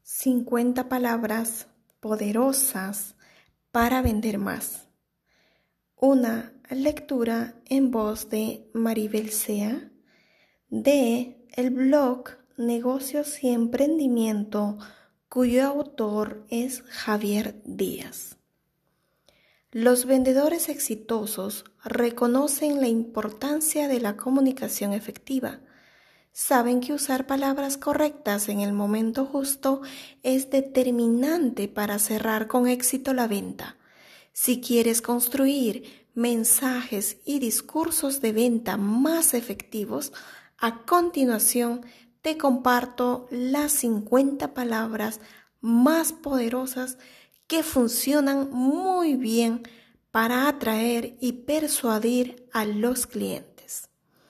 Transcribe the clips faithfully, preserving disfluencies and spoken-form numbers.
cincuenta palabras poderosas para vender más. Una lectura en voz de Maribel Sea de el blog Negocios y Emprendimiento, cuyo autor es Javier Díaz. Los vendedores exitosos reconocen la importancia de la comunicación efectiva. Saben que usar palabras correctas en el momento justo es determinante para cerrar con éxito la venta. Si quieres construir mensajes y discursos de venta más efectivos, a continuación te comparto las cincuenta palabras más poderosas que funcionan muy bien para atraer y persuadir a los clientes.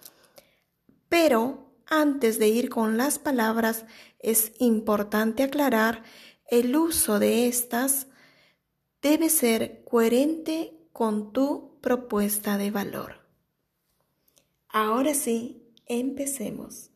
Pero antes de ir con las palabras, es importante aclarar el uso de estas debe ser coherente con tu propuesta de valor. Ahora sí, empecemos.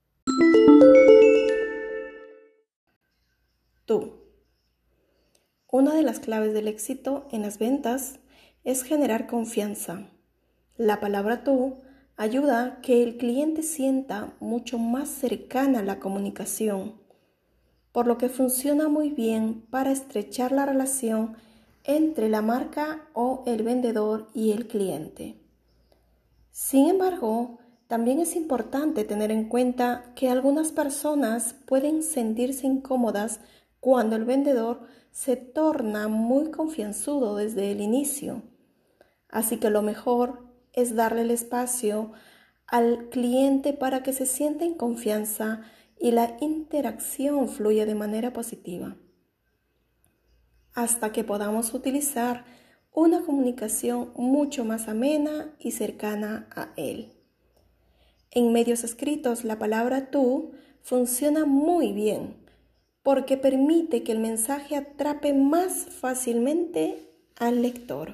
Tú. Una de las claves del éxito en las ventas es generar confianza. La palabra tú ayuda a que el cliente sienta mucho más cercana la comunicación, por lo que funciona muy bien para estrechar la relación entre la marca o el vendedor y el cliente. Sin embargo, también es importante tener en cuenta que algunas personas pueden sentirse incómodas cuando el vendedor se torna muy confianzudo desde el inicio. Así que lo mejor es darle el espacio al cliente para que se sienta en confianza y la interacción fluya de manera positiva, hasta que podamos utilizar una comunicación mucho más amena y cercana a él. En medios escritos, la palabra tú funciona muy bien porque permite que el mensaje atrape más fácilmente al lector.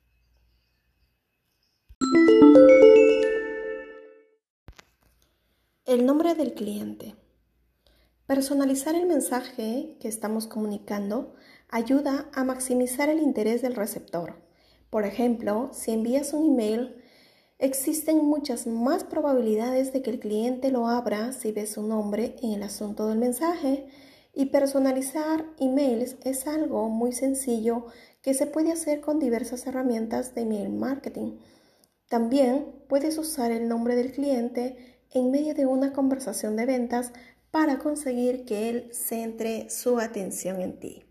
El nombre del cliente. Personalizar el mensaje que estamos comunicando ayuda a maximizar el interés del receptor. Por ejemplo, si envías un email, existen muchas más probabilidades de que el cliente lo abra si ve su nombre en el asunto del mensaje. Y personalizar emails es algo muy sencillo que se puede hacer con diversas herramientas de email marketing. También puedes usar el nombre del cliente en medio de una conversación de ventas para conseguir que él centre su atención en ti.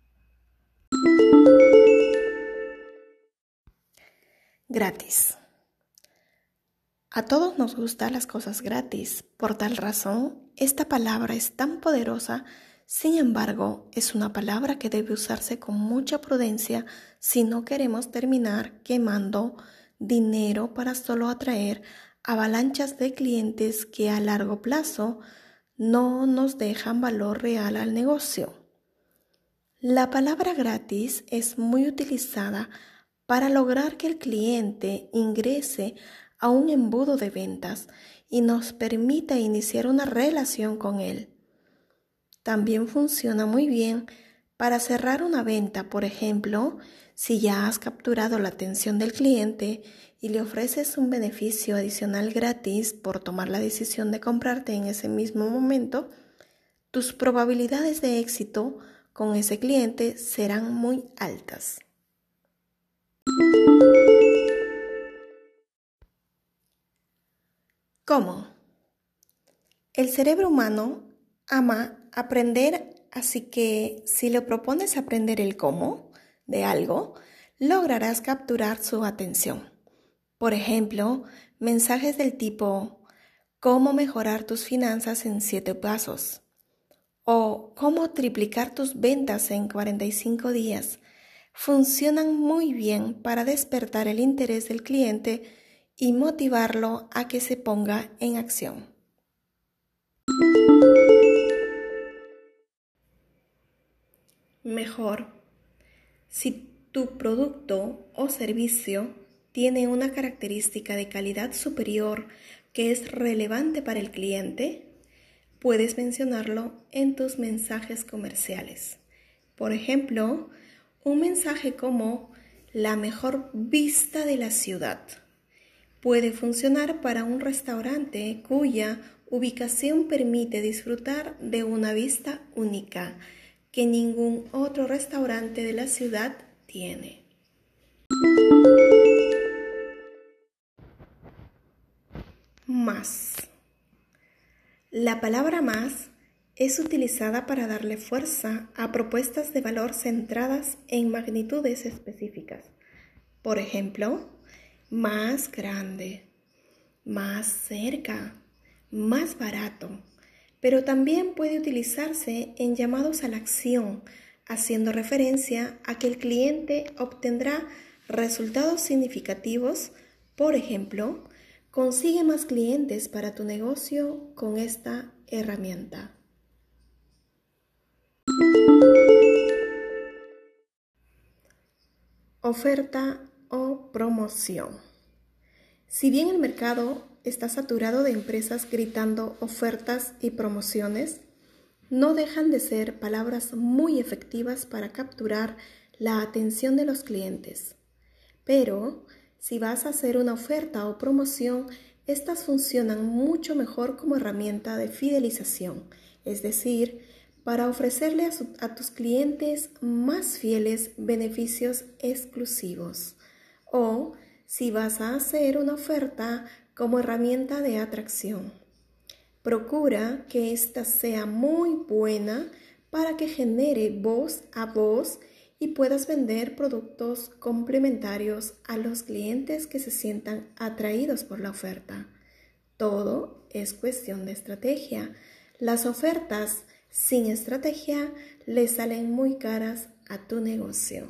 Gratis. A todos nos gustan las cosas gratis. Por tal razón, esta palabra es tan poderosa. Sin embargo, es una palabra que debe usarse con mucha prudencia si no queremos terminar quemando dinero para solo atraer avalanchas de clientes que a largo plazo no nos dejan valor real al negocio. La palabra gratis es muy utilizada para lograr que el cliente ingrese a un embudo de ventas y nos permita iniciar una relación con él. También funciona muy bien para cerrar una venta, por ejemplo, si ya has capturado la atención del cliente y le ofreces un beneficio adicional gratis por tomar la decisión de comprarte en ese mismo momento, tus probabilidades de éxito con ese cliente serán muy altas. ¿Cómo? El cerebro humano ama aprender, así que si le propones aprender el cómo de algo, lograrás capturar su atención. Por ejemplo, mensajes del tipo ¿cómo mejorar tus finanzas en siete pasos? O ¿cómo triplicar tus ventas en cuarenta y cinco días? Funcionan muy bien para despertar el interés del cliente y motivarlo a que se ponga en acción. Mejor. Si tu producto o servicio tiene una característica de calidad superior que es relevante para el cliente, puedes mencionarlo en tus mensajes comerciales. Por ejemplo, un mensaje como la mejor vista de la ciudad puede funcionar para un restaurante cuya ubicación permite disfrutar de una vista única que ningún otro restaurante de la ciudad tiene. Más. La palabra más es utilizada para darle fuerza a propuestas de valor centradas en magnitudes específicas. Por ejemplo, más grande, más cerca, más barato, pero también puede utilizarse en llamados a la acción, haciendo referencia a que el cliente obtendrá resultados significativos. Por ejemplo, consigue más clientes para tu negocio con esta herramienta. Oferta o promoción. Si bien el mercado está saturado de empresas gritando ofertas y promociones, no dejan de ser palabras muy efectivas para capturar la atención de los clientes. Pero si vas a hacer una oferta o promoción, estas funcionan mucho mejor como herramienta de fidelización, es decir, para ofrecerle a, su, a tus clientes más fieles beneficios exclusivos. O si vas a hacer una oferta como herramienta de atracción. Procura que ésta sea muy buena para que genere voz a voz y puedas vender productos complementarios a los clientes que se sientan atraídos por la oferta. Todo es cuestión de estrategia. Las ofertas sin estrategia le salen muy caras a tu negocio.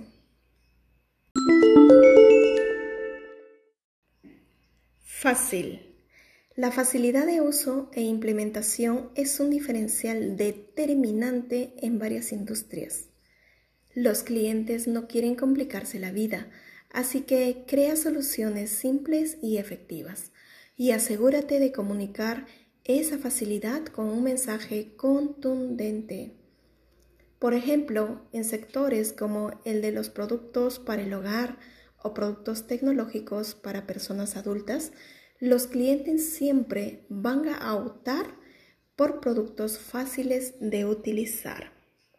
Fácil. La facilidad de uso e implementación es un diferencial determinante en varias industrias. Los clientes no quieren complicarse la vida, así que crea soluciones simples y efectivas y asegúrate de comunicar esa facilidad con un mensaje contundente. Por ejemplo, en sectores como el de los productos para el hogar o productos tecnológicos para personas adultas, los clientes siempre van a optar por productos fáciles de utilizar.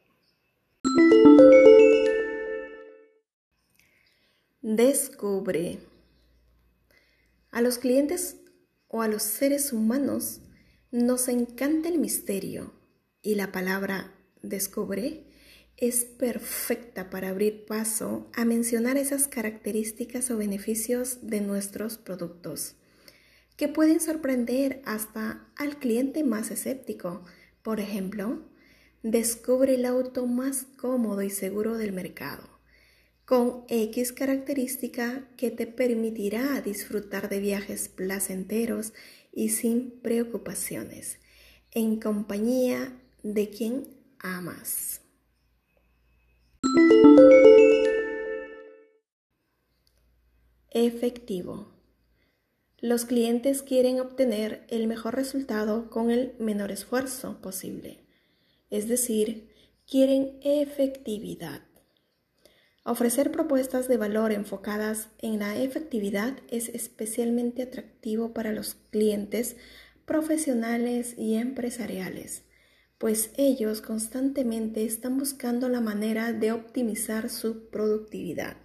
Descubre. A los clientes o a los seres humanos nos encanta el misterio y la palabra descubre es perfecta para abrir paso a mencionar esas características o beneficios de nuestros productos que pueden sorprender hasta al cliente más escéptico. Por ejemplo, descubre el auto más cómodo y seguro del mercado, con X característica que te permitirá disfrutar de viajes placenteros y sin preocupaciones, en compañía de quien amas. Efectivo. Los clientes quieren obtener el mejor resultado con el menor esfuerzo posible, es decir, quieren efectividad. Ofrecer propuestas de valor enfocadas en la efectividad es especialmente atractivo para los clientes profesionales y empresariales, pues ellos constantemente están buscando la manera de optimizar su productividad.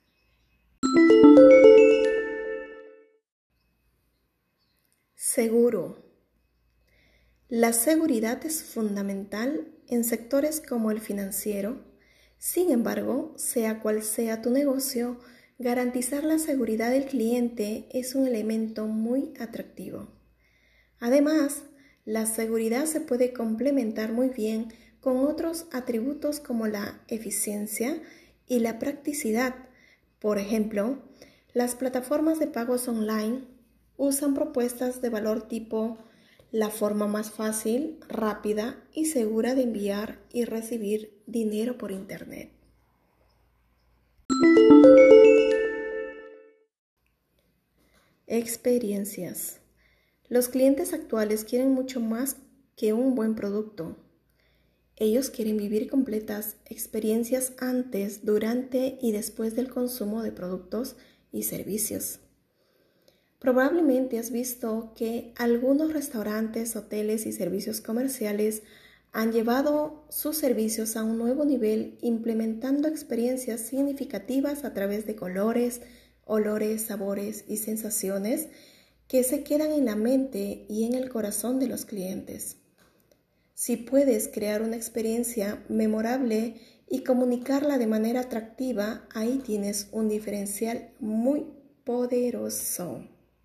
Seguro. La seguridad es fundamental en sectores como el financiero. Sin embargo, sea cual sea tu negocio, garantizar la seguridad del cliente es un elemento muy atractivo. Además, la seguridad se puede complementar muy bien con otros atributos como la eficiencia y la practicidad. Por ejemplo, las plataformas de pagos online usan propuestas de valor tipo la forma más fácil, rápida y segura de enviar y recibir dinero por Internet. Experiencias. Los clientes actuales quieren mucho más que un buen producto. Ellos quieren vivir completas experiencias antes, durante y después del consumo de productos y servicios. Probablemente has visto que algunos restaurantes, hoteles y servicios comerciales han llevado sus servicios a un nuevo nivel, implementando experiencias significativas a través de colores, olores, sabores y sensaciones que se quedan en la mente y en el corazón de los clientes. Si puedes crear una experiencia memorable y comunicarla de manera atractiva, ahí tienes un diferencial muy poderoso.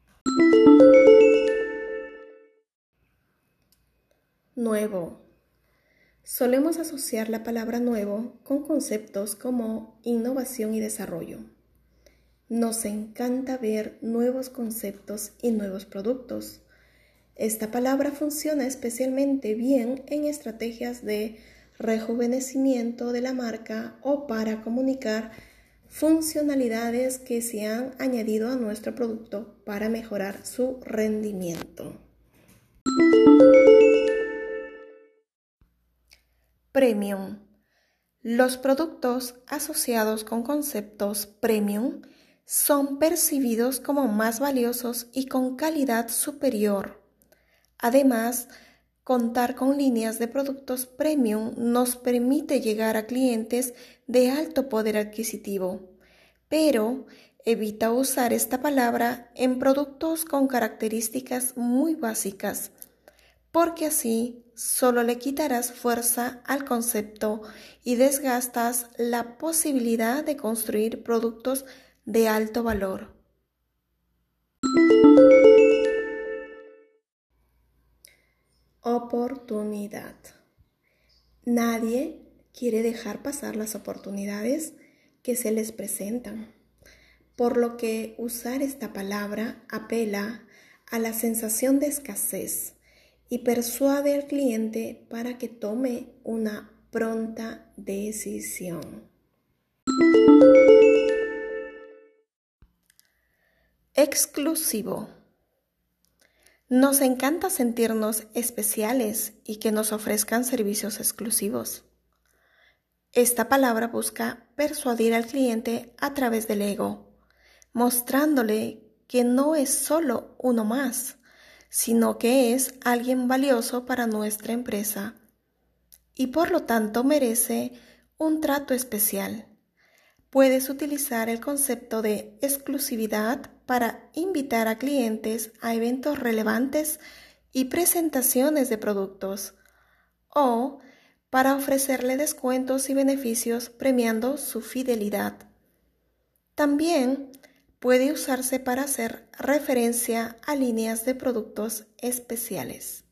Nuevo. Solemos asociar la palabra nuevo con conceptos como innovación y desarrollo. Nos encanta ver nuevos conceptos y nuevos productos. Esta palabra funciona especialmente bien en estrategias de rejuvenecimiento de la marca o para comunicar funcionalidades que se han añadido a nuestro producto para mejorar su rendimiento. Premium. Los productos asociados con conceptos premium son percibidos como más valiosos y con calidad superior. Además, contar con líneas de productos premium nos permite llegar a clientes de alto poder adquisitivo, pero evita usar esta palabra en productos con características muy básicas, porque así solo le quitarás fuerza al concepto y desgastas la posibilidad de construir productos de alto valor. Oportunidad. Nadie quiere dejar pasar las oportunidades que se les presentan, por lo que usar esta palabra apela a la sensación de escasez y persuade al cliente para que tome una pronta decisión. Exclusivo. Nos encanta sentirnos especiales y que nos ofrezcan servicios exclusivos. Esta palabra busca persuadir al cliente a través del ego, mostrándole que no es solo uno más, sino que es alguien valioso para nuestra empresa y por lo tanto merece un trato especial. Puedes utilizar el concepto de exclusividad para invitar a clientes a eventos relevantes y presentaciones de productos, o para ofrecerle descuentos y beneficios premiando su fidelidad. También puede usarse para hacer referencia a líneas de productos especiales.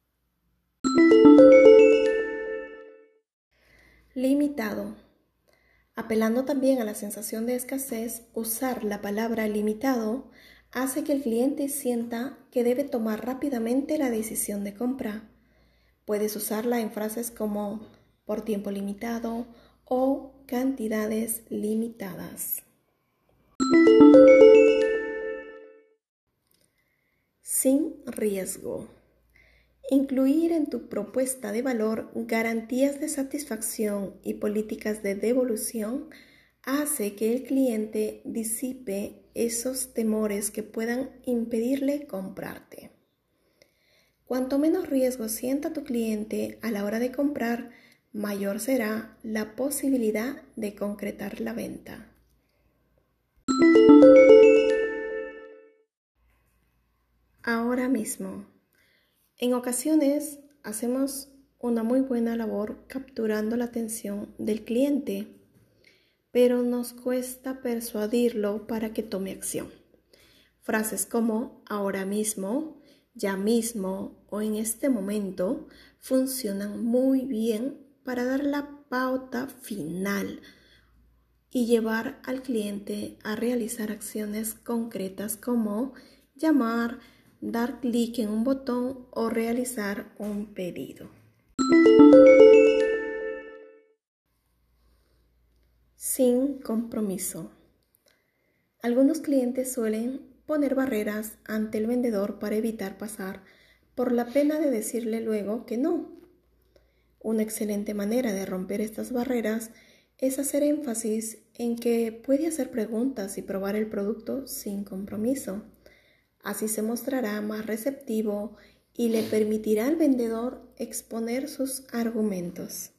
Limitado. Apelando también a la sensación de escasez, usar la palabra limitado hace que el cliente sienta que debe tomar rápidamente la decisión de compra. Puedes usarla en frases como por tiempo limitado o cantidades limitadas. Sin riesgo. Incluir en tu propuesta de valor garantías de satisfacción y políticas de devolución hace que el cliente disipe esos temores que puedan impedirle comprarte. Cuanto menos riesgo sienta tu cliente a la hora de comprar, mayor será la posibilidad de concretar la venta. Ahora mismo. En ocasiones hacemos una muy buena labor capturando la atención del cliente, pero nos cuesta persuadirlo para que tome acción. Frases como ahora mismo, ya mismo o en este momento funcionan muy bien para dar la pauta final y llevar al cliente a realizar acciones concretas como llamar, dar clic en un botón o realizar un pedido. Sin compromiso. Algunos clientes suelen poner barreras ante el vendedor para evitar pasar por la pena de decirle luego que no. Una excelente manera de romper estas barreras es hacer énfasis en que puede hacer preguntas y probar el producto sin compromiso. Así se mostrará más receptivo y le permitirá al vendedor exponer sus argumentos.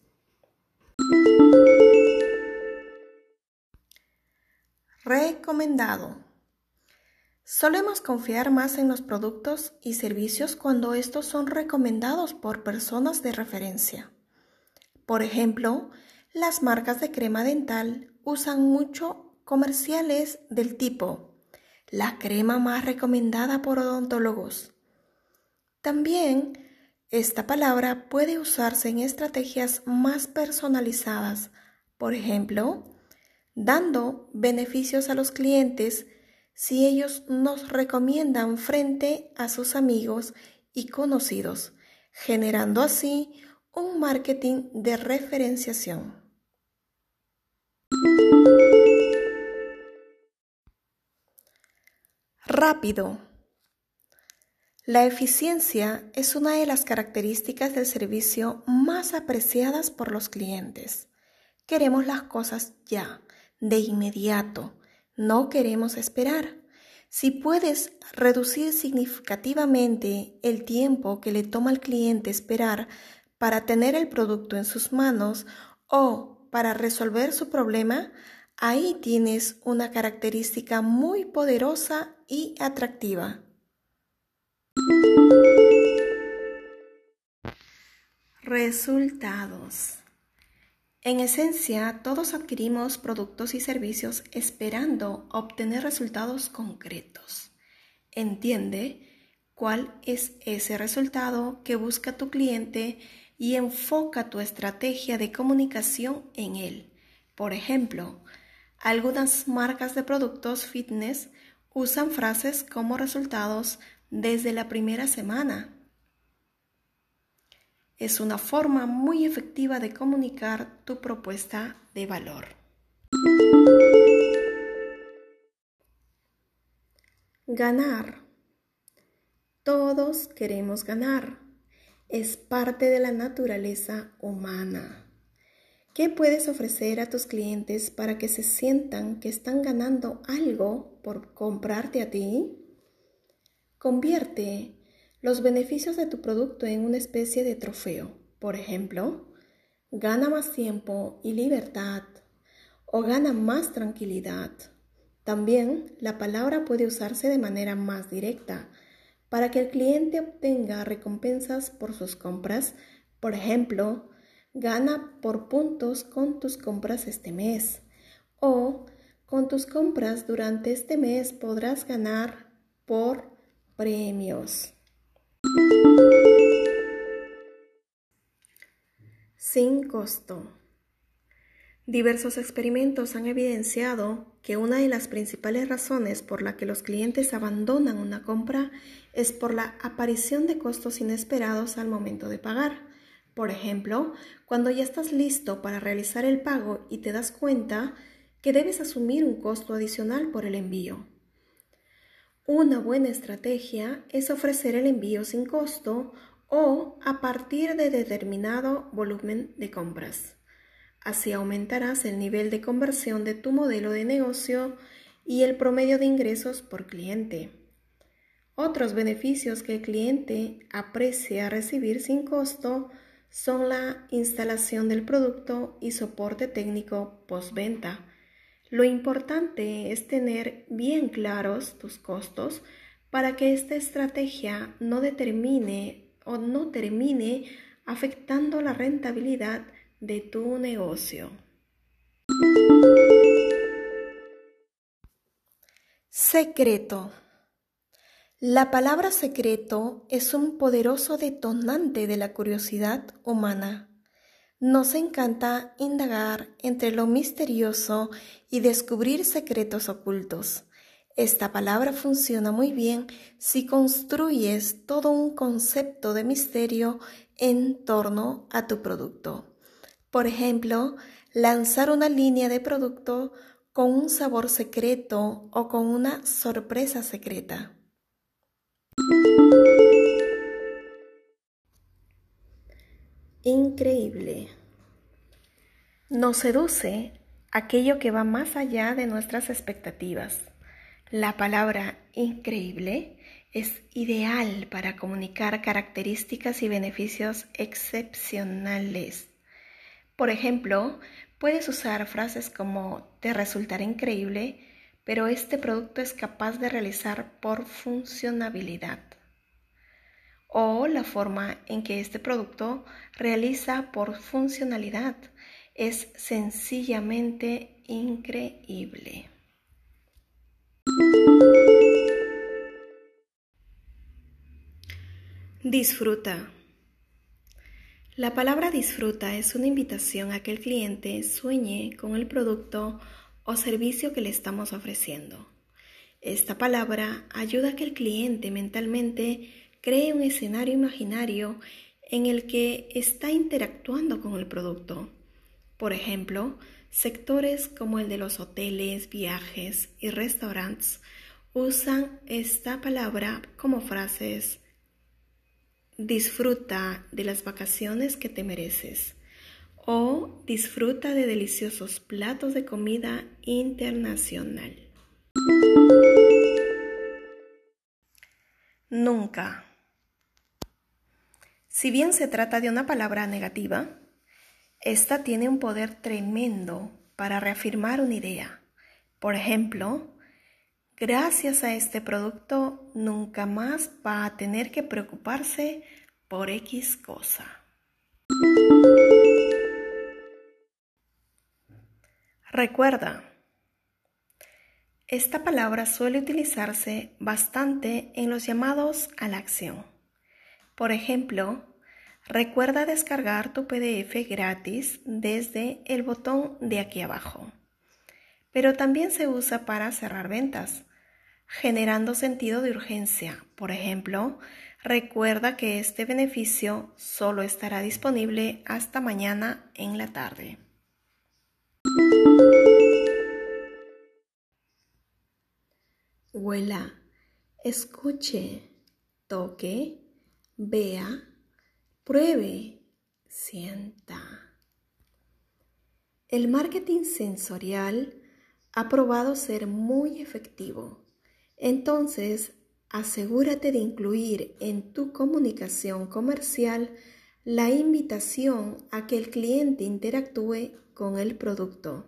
Recomendado. Solemos confiar más en los productos y servicios cuando estos son recomendados por personas de referencia. Por ejemplo, las marcas de crema dental usan mucho comerciales del tipo la crema más recomendada por odontólogos. También, esta palabra puede usarse en estrategias más personalizadas, por ejemplo, dando beneficios a los clientes si ellos nos recomiendan frente a sus amigos y conocidos, generando así un marketing de referenciación. Rápido. La eficiencia es una de las características del servicio más apreciadas por los clientes. Queremos las cosas ya, de inmediato. No queremos esperar. Si puedes reducir significativamente el tiempo que le toma al cliente esperar para tener el producto en sus manos o para resolver su problema, ahí tienes una característica muy poderosa y atractiva. Resultados. En esencia, todos adquirimos productos y servicios esperando obtener resultados concretos. Entiende cuál es ese resultado que busca tu cliente y enfoca tu estrategia de comunicación en él. Por ejemplo, algunas marcas de productos fitness usan frases como resultados desde la primera semana. Es una forma muy efectiva de comunicar tu propuesta de valor. Ganar. Todos queremos ganar. Es parte de la naturaleza humana. ¿Qué puedes ofrecer a tus clientes para que se sientan que están ganando algo por comprarte a ti? Convierte los beneficios de tu producto en una especie de trofeo. Por ejemplo, gana más tiempo y libertad o gana más tranquilidad. También la palabra puede usarse de manera más directa para que el cliente obtenga recompensas por sus compras. Por ejemplo, gana por puntos con tus compras este mes o con tus compras durante este mes podrás ganar por premios. Sin costo. Diversos experimentos han evidenciado que una de las principales razones por la que los clientes abandonan una compra es por la aparición de costos inesperados al momento de pagar. Por ejemplo, cuando ya estás listo para realizar el pago y te das cuenta que debes asumir un costo adicional por el envío. Una buena estrategia es ofrecer el envío sin costo o a partir de determinado volumen de compras. Así aumentarás el nivel de conversión de tu modelo de negocio y el promedio de ingresos por cliente. Otros beneficios que el cliente aprecia recibir sin costo son la instalación del producto y soporte técnico postventa. Lo importante es tener bien claros tus costos para que esta estrategia no determine o no termine afectando la rentabilidad de tu negocio. Secreto. La palabra secreto es un poderoso detonante de la curiosidad humana. Nos encanta indagar entre lo misterioso y descubrir secretos ocultos. Esta palabra funciona muy bien si construyes todo un concepto de misterio en torno a tu producto. Por ejemplo, lanzar una línea de producto con un sabor secreto o con una sorpresa secreta. increíble. Nos seduce aquello que va más allá de nuestras expectativas. La palabra increíble es ideal para comunicar características y beneficios excepcionales. Por ejemplo, puedes usar frases como te resultará increíble, pero este producto es capaz de realizar por funcionabilidad. O la forma en que este producto realiza por funcionalidad es sencillamente increíble. Disfruta. La palabra disfruta es una invitación a que el cliente sueñe con el producto o servicio que le estamos ofreciendo. Esta palabra ayuda a que el cliente mentalmente cree un escenario imaginario en el que está interactuando con el producto. Por ejemplo, sectores como el de los hoteles, viajes y restaurantes usan esta palabra como frases: disfruta de las vacaciones que te mereces, o disfruta de deliciosos platos de comida internacional. Nunca. Si bien se trata de una palabra negativa, esta tiene un poder tremendo para reafirmar una idea. Por ejemplo, gracias a este producto nunca más va a tener que preocuparse por X cosa. Recuerda, esta palabra suele utilizarse bastante en los llamados a la acción. Por ejemplo, recuerda descargar tu P D F gratis desde el botón de aquí abajo. Pero también se usa para cerrar ventas, generando sentido de urgencia. Por ejemplo, recuerda que este beneficio solo estará disponible hasta mañana en la tarde. Huela, escuche, toque, vea, pruebe, sienta. El marketing sensorial ha probado ser muy efectivo. Entonces, asegúrate de incluir en tu comunicación comercial la invitación a que el cliente interactúe con el producto.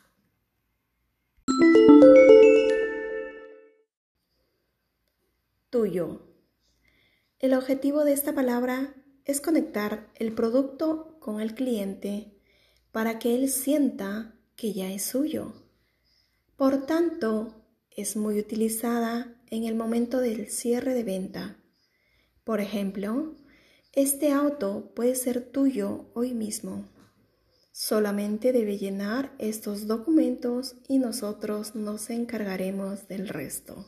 Tuyo. El objetivo de esta palabra es conectar el producto con el cliente para que él sienta que ya es suyo. Por tanto, es muy utilizada en el momento del cierre de venta. Por ejemplo, este auto puede ser tuyo hoy mismo. Solamente debe llenar estos documentos y nosotros nos encargaremos del resto.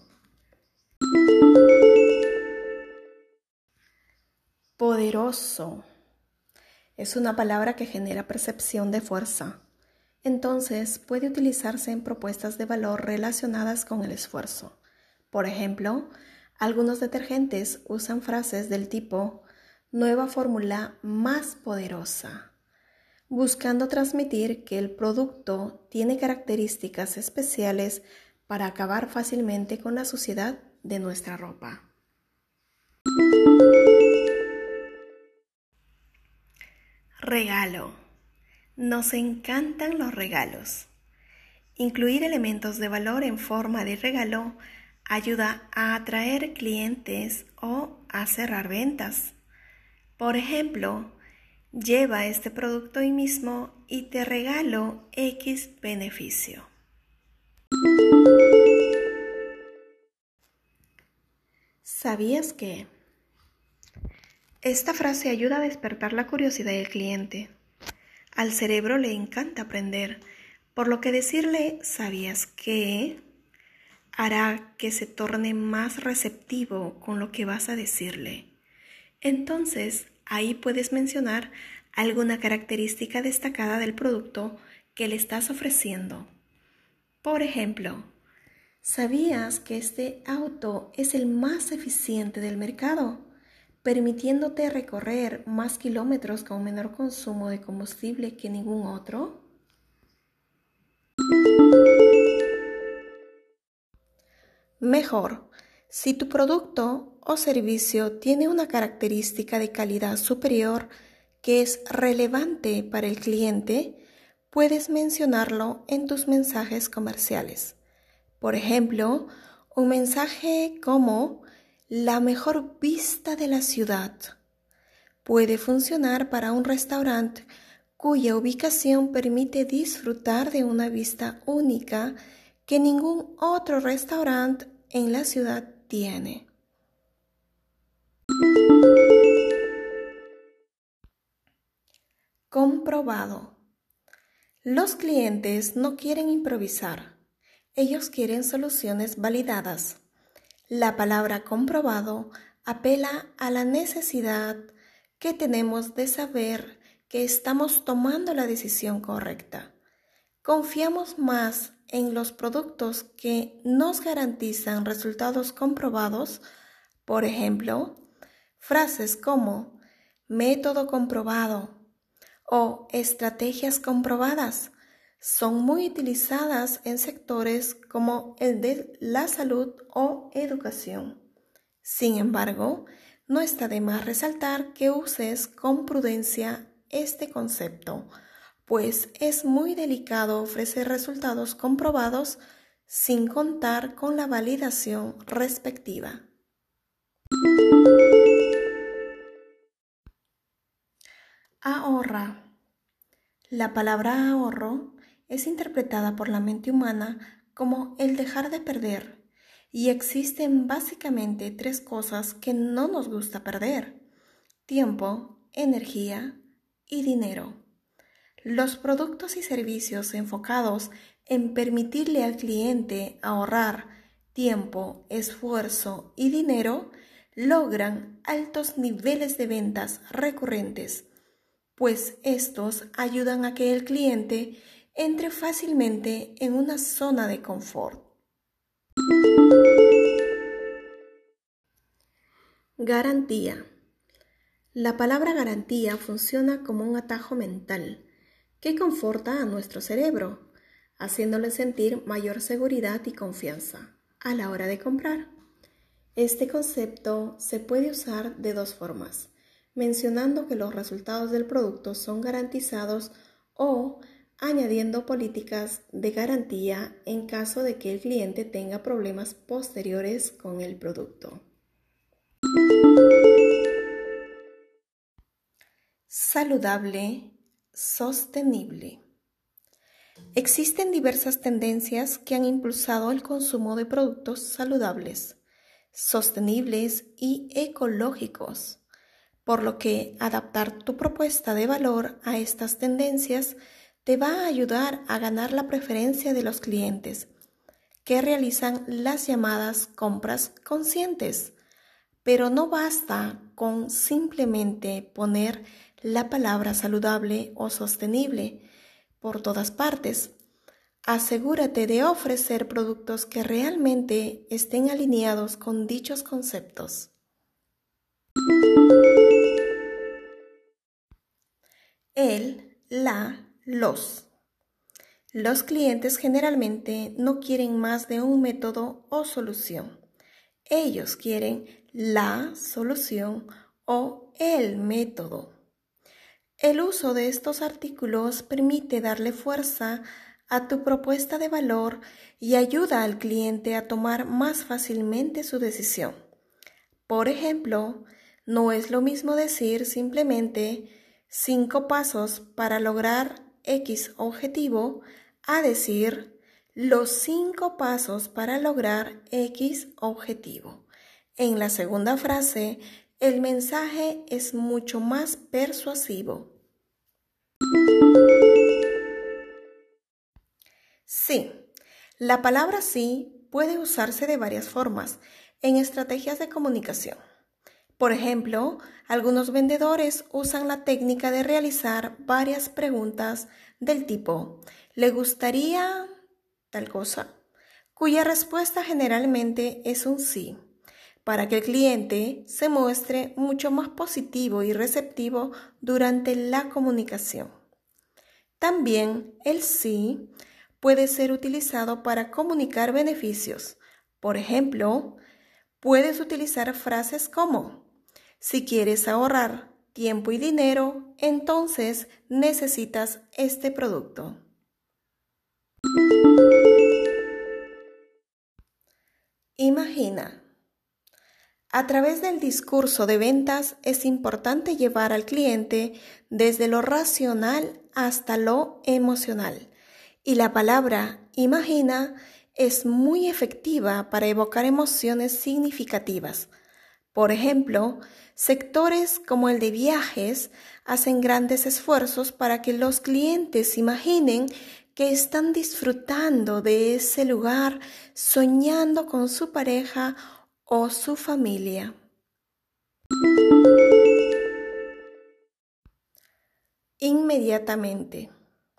Poderoso. Es una palabra que genera percepción de fuerza. Entonces, puede utilizarse en propuestas de valor relacionadas con el esfuerzo. Por ejemplo, algunos detergentes usan frases del tipo nueva fórmula más poderosa, buscando transmitir que el producto tiene características especiales para acabar fácilmente con la suciedad de nuestra ropa. Regalo. Nos encantan los regalos. Incluir elementos de valor en forma de regalo ayuda a atraer clientes o a cerrar ventas. Por ejemplo, lleva este producto hoy mismo y te regalo X beneficio. ¿Sabías que? Esta frase ayuda a despertar la curiosidad del cliente. Al cerebro le encanta aprender, por lo que decirle ¿sabías qué? Hará que se torne más receptivo con lo que vas a decirle. Entonces, ahí puedes mencionar alguna característica destacada del producto que le estás ofreciendo. Por ejemplo, ¿sabías que este auto es el más eficiente del mercado? permitiéndote recorrer más kilómetros con menor consumo de combustible que ningún otro? Mejor, si tu producto o servicio tiene una característica de calidad superior que es relevante para el cliente, puedes mencionarlo en tus mensajes comerciales. Por ejemplo, un mensaje como "la mejor vista de la ciudad" puede funcionar para un restaurante cuya ubicación permite disfrutar de una vista única que ningún otro restaurante en la ciudad tiene. Comprobado. Los clientes no quieren improvisar, ellos quieren soluciones validadas. La palabra comprobado apela a la necesidad que tenemos de saber que estamos tomando la decisión correcta. Confiamos más en los productos que nos garantizan resultados comprobados. Por ejemplo, frases como método comprobado o estrategias comprobadas son muy utilizadas en sectores como el de la salud o educación. Sin embargo, no está de más resaltar que uses con prudencia este concepto, pues es muy delicado ofrecer resultados comprobados sin contar con la validación respectiva. Ahorra. La palabra ahorro es interpretada por la mente humana como el dejar de perder, y existen básicamente tres cosas que no nos gusta perder: tiempo, energía y dinero. Los productos y servicios enfocados en permitirle al cliente ahorrar tiempo, esfuerzo y dinero logran altos niveles de ventas recurrentes, pues estos ayudan a que el cliente entre fácilmente en una zona de confort. Garantía. La palabra garantía funciona como un atajo mental que conforta a nuestro cerebro, haciéndole sentir mayor seguridad y confianza a la hora de comprar. Este concepto se puede usar de dos formas: mencionando que los resultados del producto son garantizados o añadiendo políticas de garantía en caso de que el cliente tenga problemas posteriores con el producto. Saludable, sostenible. Existen diversas tendencias que han impulsado el consumo de productos saludables, sostenibles y ecológicos, por lo que adaptar tu propuesta de valor a estas tendencias te va a ayudar a ganar la preferencia de los clientes, que realizan las llamadas compras conscientes. Pero no basta con simplemente poner la palabra saludable o sostenible por todas partes. Asegúrate de ofrecer productos que realmente estén alineados con dichos conceptos. El, la, los. Los clientes generalmente no quieren más de un método o solución. Ellos quieren la solución o el método. El uso de estos artículos permite darle fuerza a tu propuesta de valor y ayuda al cliente a tomar más fácilmente su decisión. Por ejemplo, no es lo mismo decir simplemente cinco pasos para lograr X objetivo a decir los cinco pasos para lograr X objetivo. En la segunda frase, el mensaje es mucho más persuasivo. Sí, la palabra sí puede usarse de varias formas en estrategias de comunicación. Por ejemplo, algunos vendedores usan la técnica de realizar varias preguntas del tipo ¿le gustaría tal cosa?, cuya respuesta generalmente es un sí, para que el cliente se muestre mucho más positivo y receptivo durante la comunicación. También el sí puede ser utilizado para comunicar beneficios. Por ejemplo, puedes utilizar frases como: si quieres ahorrar tiempo y dinero, entonces necesitas este producto. Imagina. A través del discurso de ventas es importante llevar al cliente desde lo racional hasta lo emocional. Y la palabra imagina es muy efectiva para evocar emociones significativas. Por ejemplo, sectores como el de viajes hacen grandes esfuerzos para que los clientes imaginen que están disfrutando de ese lugar, soñando con su pareja o su familia. Inmediatamente.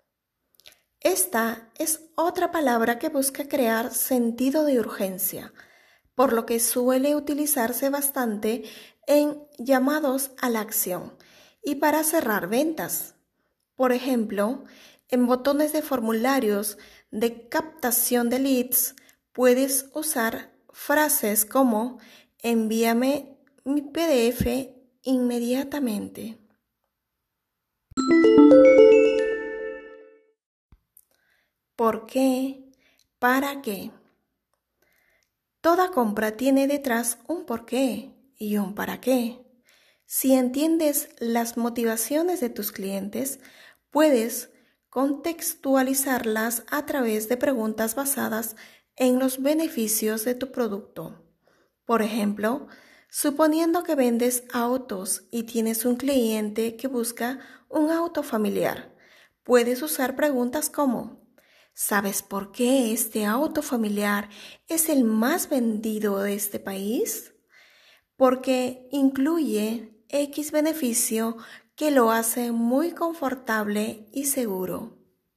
Esta es otra palabra que busca crear sentido de urgencia, por lo que suele utilizarse bastante en llamados a la acción y para cerrar ventas. Por ejemplo, en botones de formularios de captación de leads puedes usar frases como: envíame mi P D F inmediatamente. ¿Por qué? ¿Para qué? Toda compra tiene detrás un por qué y un para qué. Si entiendes las motivaciones de tus clientes, puedes contextualizarlas a través de preguntas basadas en los beneficios de tu producto. Por ejemplo, suponiendo que vendes autos y tienes un cliente que busca un auto familiar, puedes usar preguntas como: ¿sabes por qué este auto familiar es el más vendido de este país? Porque incluye X beneficio que lo hace muy confortable y seguro.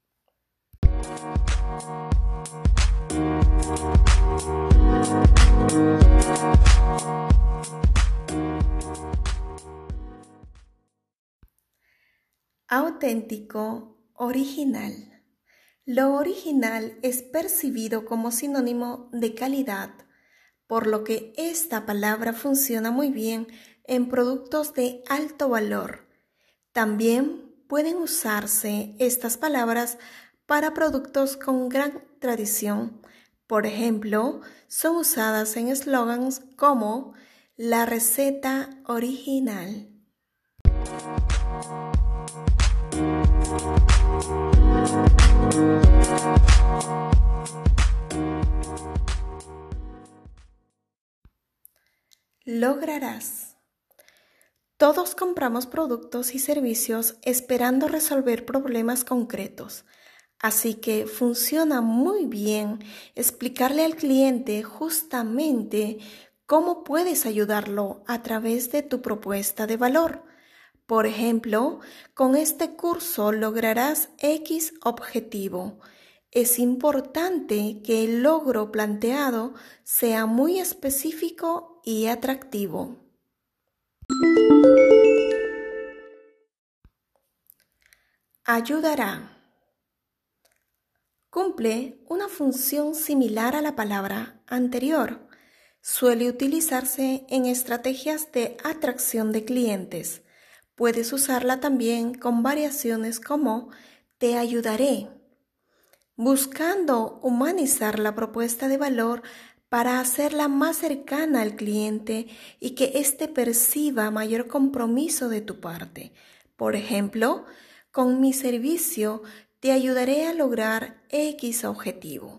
Auténtico, original. Lo original es percibido como sinónimo de calidad, por lo que esta palabra funciona muy bien en productos de alto valor. También pueden usarse estas palabras para productos con gran tradición. Por ejemplo, son usadas en eslogans como la receta original. Lograrás. Todos compramos productos y servicios esperando resolver problemas concretos, así que funciona muy bien explicarle al cliente justamente cómo puedes ayudarlo a través de tu propuesta de valor. Por ejemplo, con este curso lograrás X objetivo. Es importante que el logro planteado sea muy específico y atractivo. Ayudará. Cumple una función similar a la palabra anterior. Suele utilizarse en estrategias de atracción de clientes. Puedes usarla también con variaciones como te ayudaré, buscando humanizar la propuesta de valor para hacerla más cercana al cliente y que éste perciba mayor compromiso de tu parte. Por ejemplo, con mi servicio te ayudaré a lograr X objetivo.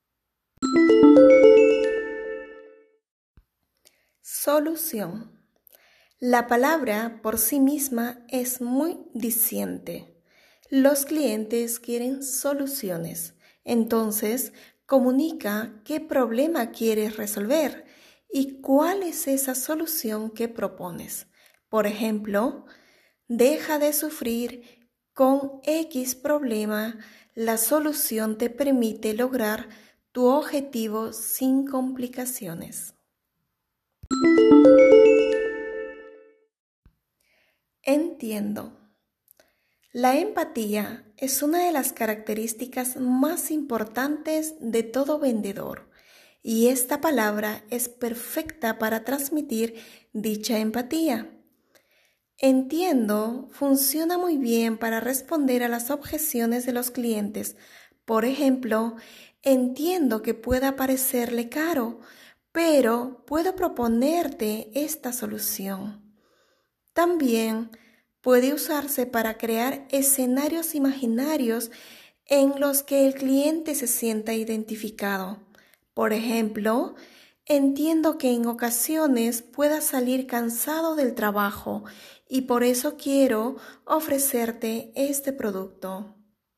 Solución. La palabra por sí misma es muy diciente. Los clientes quieren soluciones. Entonces, comunica qué problema quieres resolver y cuál es esa solución que propones. Por ejemplo, deja de sufrir con X problema. La solución te permite lograr tu objetivo sin complicaciones. Entiendo. La empatía es una de las características más importantes de todo vendedor y esta palabra es perfecta para transmitir dicha empatía. Entiendo funciona muy bien para responder a las objeciones de los clientes. Por ejemplo, entiendo que pueda parecerle caro, pero puedo proponerte esta solución. También puede usarse para crear escenarios imaginarios en los que el cliente se sienta identificado. Por ejemplo, entiendo que en ocasiones puedas salir cansado del trabajo y por eso quiero ofrecerte este producto.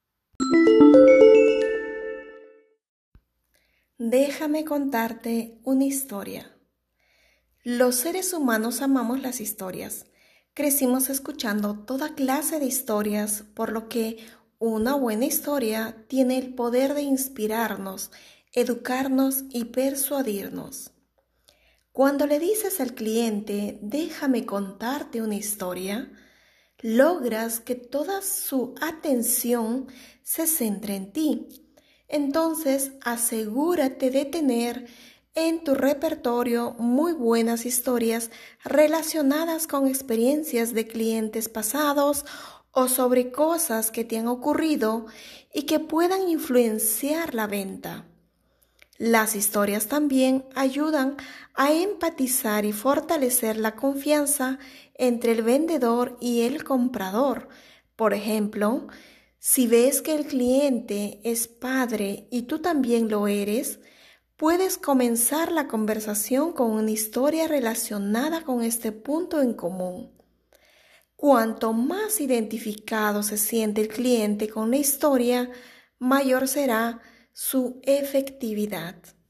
Déjame contarte una historia. Los seres humanos amamos las historias. Crecimos escuchando toda clase de historias, por lo que una buena historia tiene el poder de inspirarnos, educarnos y persuadirnos. Cuando le dices al cliente, déjame contarte una historia, logras que toda su atención se centre en ti. Entonces, asegúrate de tener en tu repertorio muy buenas historias relacionadas con experiencias de clientes pasados o sobre cosas que te han ocurrido y que puedan influenciar la venta. Las historias también ayudan a empatizar y fortalecer la confianza entre el vendedor y el comprador. Por ejemplo, si ves que el cliente es padre y tú también lo eres, puedes comenzar la conversación con una historia relacionada con este punto en común. Cuanto más identificado se siente el cliente con la historia, mayor será su efectividad.